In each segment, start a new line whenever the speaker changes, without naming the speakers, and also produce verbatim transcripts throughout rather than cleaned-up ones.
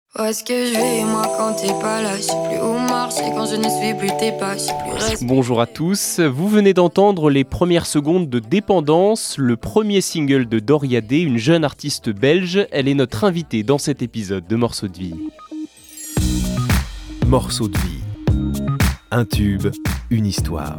Où est-ce que je vais, moi, quand t'es pas là? Je sais plus où marcher quand je ne suis plus tes pas. Je sais plus respirer.
Bonjour à tous, vous venez d'entendre les premières secondes de Dépendance, le premier single de Doria D, une jeune artiste belge. Elle est notre invitée dans cet épisode de Morceaux de vie.
Morceaux de vie. Un tube, une histoire.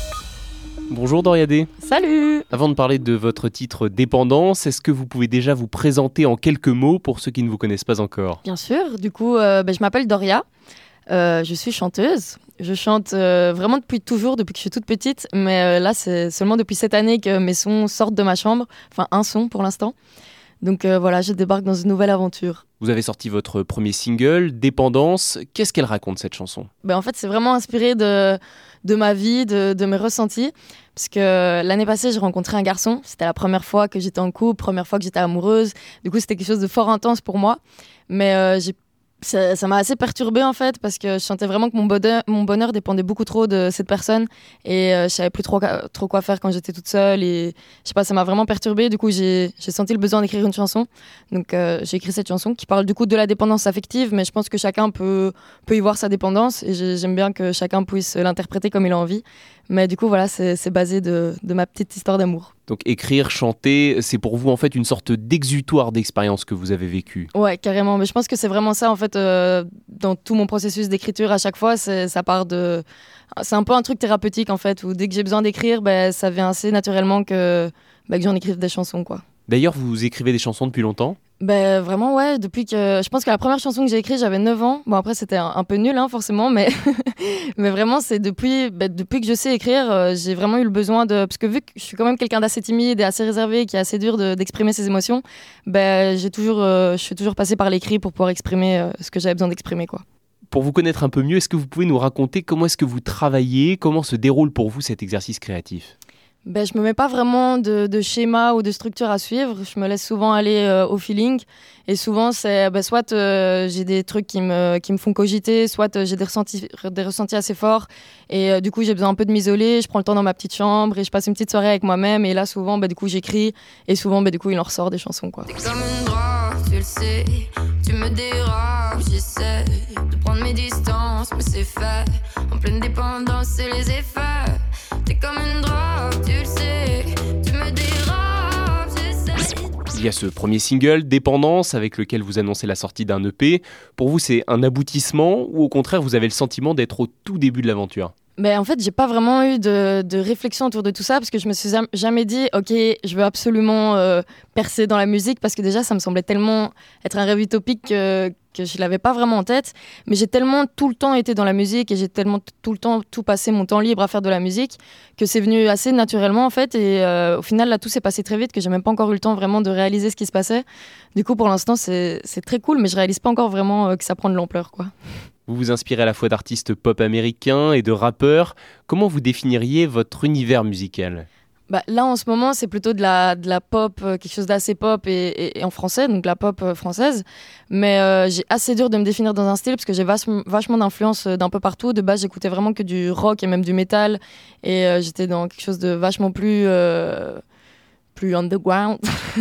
Bonjour Doria D.
Salut!
Avant de parler de votre titre Dépendance, est-ce que vous pouvez déjà vous présenter en quelques mots pour ceux qui ne vous connaissent pas encore?
Bien sûr, du coup, euh, bah, je m'appelle Doria, euh, je suis chanteuse. Je chante euh, vraiment depuis toujours, depuis que je suis toute petite, mais euh, là, c'est seulement depuis cette année que mes sons sortent de ma chambre, enfin un son pour l'instant. Donc euh, voilà, je débarque dans une nouvelle aventure.
Vous avez sorti votre premier single, Dépendance. Qu'est-ce qu'elle raconte cette chanson?
Ben, en fait, c'est vraiment inspiré de, de ma vie, de, de mes ressentis. Parce que l'année passée, j'ai rencontré un garçon. C'était la première fois que j'étais en couple, première fois que j'étais amoureuse. Du coup, c'était quelque chose de fort intense pour moi. Mais euh, j'ai Ça, ça m'a assez perturbée en fait parce que je sentais vraiment que mon bonheur, mon bonheur dépendait beaucoup trop de cette personne et euh, je savais plus trop, trop quoi faire quand j'étais toute seule et je sais pas, ça m'a vraiment perturbée. Du coup, j'ai, j'ai senti le besoin d'écrire une chanson. Donc euh, j'ai écrit cette chanson qui parle du coup de la dépendance affective, mais je pense que chacun peut, peut y voir sa dépendance et j'aime bien que chacun puisse l'interpréter comme il a envie. Mais du coup, voilà, c'est, c'est basé de, de ma petite histoire d'amour.
Donc écrire, chanter, c'est pour vous en fait une sorte d'exutoire d'expérience que vous avez vécue.
Ouais, carrément. Mais je pense que c'est vraiment ça en fait euh, dans tout mon processus d'écriture à chaque fois. C'est, ça part de, c'est un peu un truc thérapeutique en fait où dès que j'ai besoin d'écrire, ben ça vient assez naturellement que, ben, que j'en écrive des chansons quoi.
D'ailleurs, vous écrivez des chansons depuis longtemps?
Ben vraiment ouais, depuis que je pense que la première chanson que j'ai écrite, j'avais neuf ans. Bon après c'était un, un peu nul hein, forcément, mais mais vraiment c'est depuis ben, depuis que je sais écrire, euh, j'ai vraiment eu le besoin de parce que vu que je suis quand même quelqu'un d'assez timide et assez réservé, qui est assez dur de, d'exprimer ses émotions, ben j'ai toujours euh, je suis toujours passée par l'écrit pour pouvoir exprimer euh, ce que j'avais besoin d'exprimer quoi.
Pour vous connaître un peu mieux, est-ce que vous pouvez nous raconter comment est-ce que vous travaillez, comment se déroule pour vous cet exercice créatif?
Ben, je me mets pas vraiment de, de schéma ou de structure à suivre. Je me laisse souvent aller euh, au feeling. Et souvent, c'est ben, soit euh, j'ai des trucs qui me, qui me font cogiter, soit euh, j'ai des ressentis, des ressentis assez forts. Et euh, du coup, j'ai besoin un peu de m'isoler. Je prends le temps dans ma petite chambre et je passe une petite soirée avec moi-même. Et là, souvent, ben, du coup, j'écris. Et souvent, ben, du coup, il en ressort des chansons, quoi.
T'es comme une drogue, tu le sais. Tu me dérapes, j'essaie de prendre mes distances, mais c'est fait. En pleine dépendance, c'est les effets. T'es comme une drogue, tu le sais. Tu me dérapes, j'essaie.
Il y a ce premier single, Dépendance, avec lequel vous annoncez la sortie d'un E P. Pour vous, c'est un aboutissement ou au contraire, vous avez le sentiment d'être au tout début de l'aventure?
Ben, en fait, j'ai pas vraiment eu de, de réflexion autour de tout ça parce que je me suis jamais dit, ok, je veux absolument euh, percer dans la musique parce que déjà, ça me semblait tellement être un rêve utopique que, que je l'avais pas vraiment en tête. Mais j'ai tellement tout le temps été dans la musique et j'ai tellement t- tout le temps tout passé mon temps libre à faire de la musique que c'est venu assez naturellement en fait. Et euh, au final, là, tout s'est passé très vite que j'ai même pas encore eu le temps vraiment de réaliser ce qui se passait. Du coup, pour l'instant, c'est, c'est très cool, mais je réalise pas encore vraiment euh, que ça prend de l'ampleur, quoi.
Vous vous inspirez à la fois d'artistes pop américains et de rappeurs. Comment vous définiriez votre univers musical?
Bah, là, en ce moment, c'est plutôt de la, de la pop, euh, quelque chose d'assez pop et, et, et en français, donc la pop euh, française. Mais euh, j'ai assez dur de me définir dans un style parce que j'ai vachement, vachement d'influence euh, d'un peu partout. De base, j'écoutais vraiment que du rock et même du métal. Et euh, j'étais dans quelque chose de vachement plus... Euh, plus underground.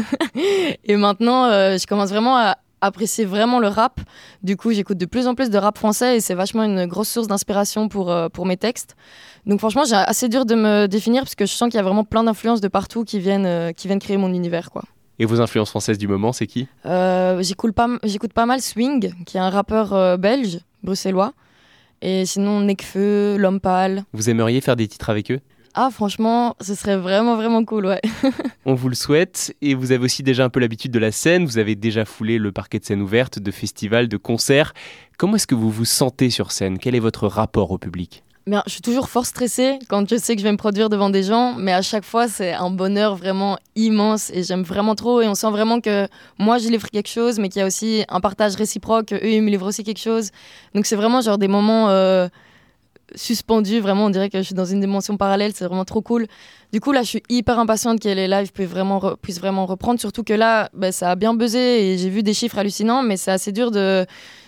Et maintenant, euh, je commence vraiment à apprécier vraiment le rap. Du coup, j'écoute de plus en plus de rap français et c'est vachement une grosse source d'inspiration pour, euh, pour mes textes. Donc franchement, j'ai assez dur de me définir parce que je sens qu'il y a vraiment plein d'influences de partout qui viennent, euh, qui viennent créer mon univers, quoi.
Et vos influences françaises du moment, c'est qui?
euh, j'écoute, pas, j'écoute pas mal Swing, qui est un rappeur euh, belge, bruxellois. Et sinon, Nekfeu, L'Homme Pâle.
Vous aimeriez faire des titres avec eux?
Ah, franchement, ce serait vraiment, vraiment cool, ouais.
On vous le souhaite. Et vous avez aussi déjà un peu l'habitude de la scène. Vous avez déjà foulé le parquet de scène ouverte, de festivals, de concerts. Comment est-ce que vous vous sentez sur scène? Quel est votre rapport au public?
Bien, je suis toujours fort stressée quand je sais que je vais me produire devant des gens, mais à chaque fois, c'est un bonheur vraiment immense et j'aime vraiment trop. Et on sent vraiment que moi, je livre quelque chose, mais qu'il y a aussi un partage réciproque. Eux, ils me livrent aussi quelque chose. Donc, c'est vraiment genre des moments... Euh, suspendu, vraiment on dirait que je suis dans une dimension parallèle, c'est vraiment trop cool. Du coup là je suis hyper impatiente que les lives puissent vraiment, re- puissent vraiment reprendre, surtout que là bah, ça a bien buzzé et j'ai vu des chiffres hallucinants, mais c'est assez dur de,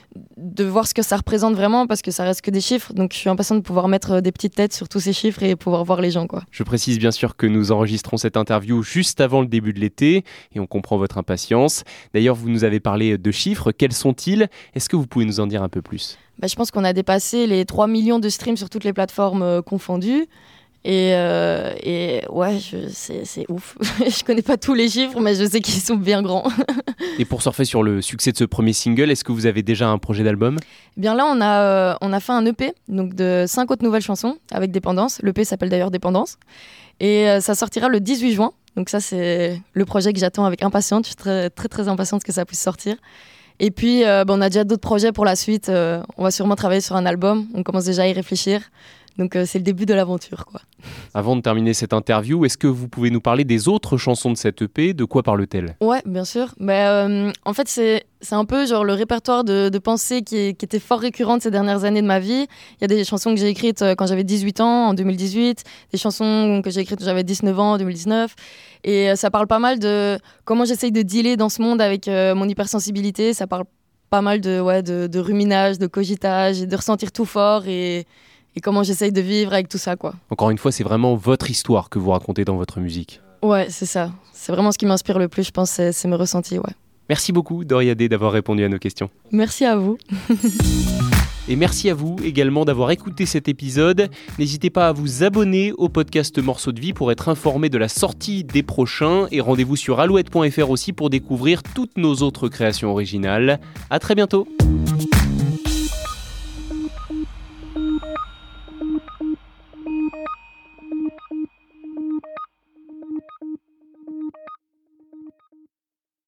de voir ce que ça représente vraiment, parce que ça reste que des chiffres. Donc je suis impatiente de pouvoir mettre des petites têtes sur tous ces chiffres et pouvoir voir les gens, quoi.
Je précise bien sûr que nous enregistrons cette interview juste avant le début de l'été et on comprend votre impatience. D'ailleurs, vous nous avez parlé de chiffres. Quels sont-ils ? Est-ce que vous pouvez nous en dire un peu plus ?
Bah, je pense qu'on a dépassé les trois millions de streams sur toutes les plateformes euh, confondues. Et, euh, et ouais, je, c'est, c'est ouf. Je connais pas tous les chiffres, mais je sais qu'ils sont bien grands.
Et pour surfer sur le succès de ce premier single, est-ce que vous avez déjà un projet d'album ?
Eh bien là, on a, euh, on a fait un E P, donc de cinq autres nouvelles chansons avec Dépendance. L'E P s'appelle d'ailleurs Dépendance. Et euh, ça sortira le dix-huit juin. Donc ça, c'est le projet que j'attends avec impatience. Je suis très, très, très impatiente que ça puisse sortir. Et puis, euh, bah, on a déjà d'autres projets pour la suite. Euh, on va sûrement travailler sur un album. On commence déjà à y réfléchir. Donc euh, c'est le début de l'aventure, quoi.
Avant de terminer cette interview, est-ce que vous pouvez nous parler des autres chansons de cette E P ? De quoi parle-t-elle ?
Ouais, bien sûr. Bah, euh, en fait, c'est, c'est un peu genre le répertoire de, de pensées qui, est, qui était fort récurrente ces dernières années de ma vie. Il y a des chansons que j'ai écrites quand j'avais dix-huit ans, en deux mille dix-huit, des chansons que j'ai écrites quand j'avais dix-neuf ans, en deux mille dix-neuf. Et euh, ça parle pas mal de comment j'essaye de dealer dans ce monde avec euh, mon hypersensibilité. Ça parle pas mal de, ouais, de, de ruminage, de cogitage, et de ressentir tout fort et... et comment j'essaye de vivre avec tout ça, quoi.
Encore une fois, c'est vraiment votre histoire que vous racontez dans votre musique.
Ouais, c'est ça. C'est vraiment ce qui m'inspire le plus, je pense, c'est, c'est mes ressentis, ouais.
Merci beaucoup, Doria Day, d'avoir répondu à nos questions.
Merci à vous.
Et merci à vous également d'avoir écouté cet épisode. N'hésitez pas à vous abonner au podcast Morceaux de Vie pour être informé de la sortie des prochains. Et rendez-vous sur alouette point f r aussi pour découvrir toutes nos autres créations originales. À très bientôt.